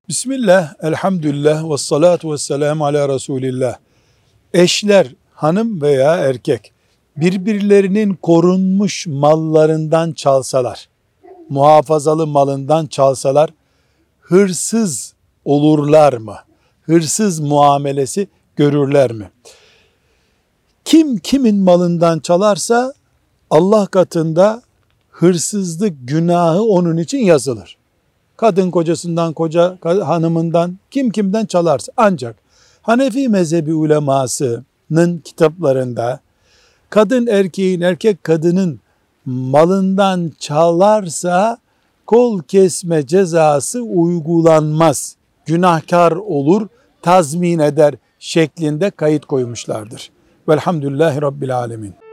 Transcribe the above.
Bismillah, elhamdülillah, ve salatu ve selamu ala Resulillah. Eşler, hanım veya erkek, birbirlerinin korunmuş mallarından çalsalar, muhafazalı malından çalsalar, hırsız olurlar mı? Hırsız muamelesi görürler mi? Kim kimin malından çalarsa, Allah katında hırsızlık günahı onun için yazılır. Kadın kocasından, koca hanımından, kim kimden çalarsa. Ancak Hanefi mezhebi ulemasının kitaplarında kadın erkeğin, erkek kadının malından çalarsa kol kesme cezası uygulanmaz. Günahkar olur, tazmin eder şeklinde kayıt koymuşlardır. Velhamdülillahi Rabbil Alemin.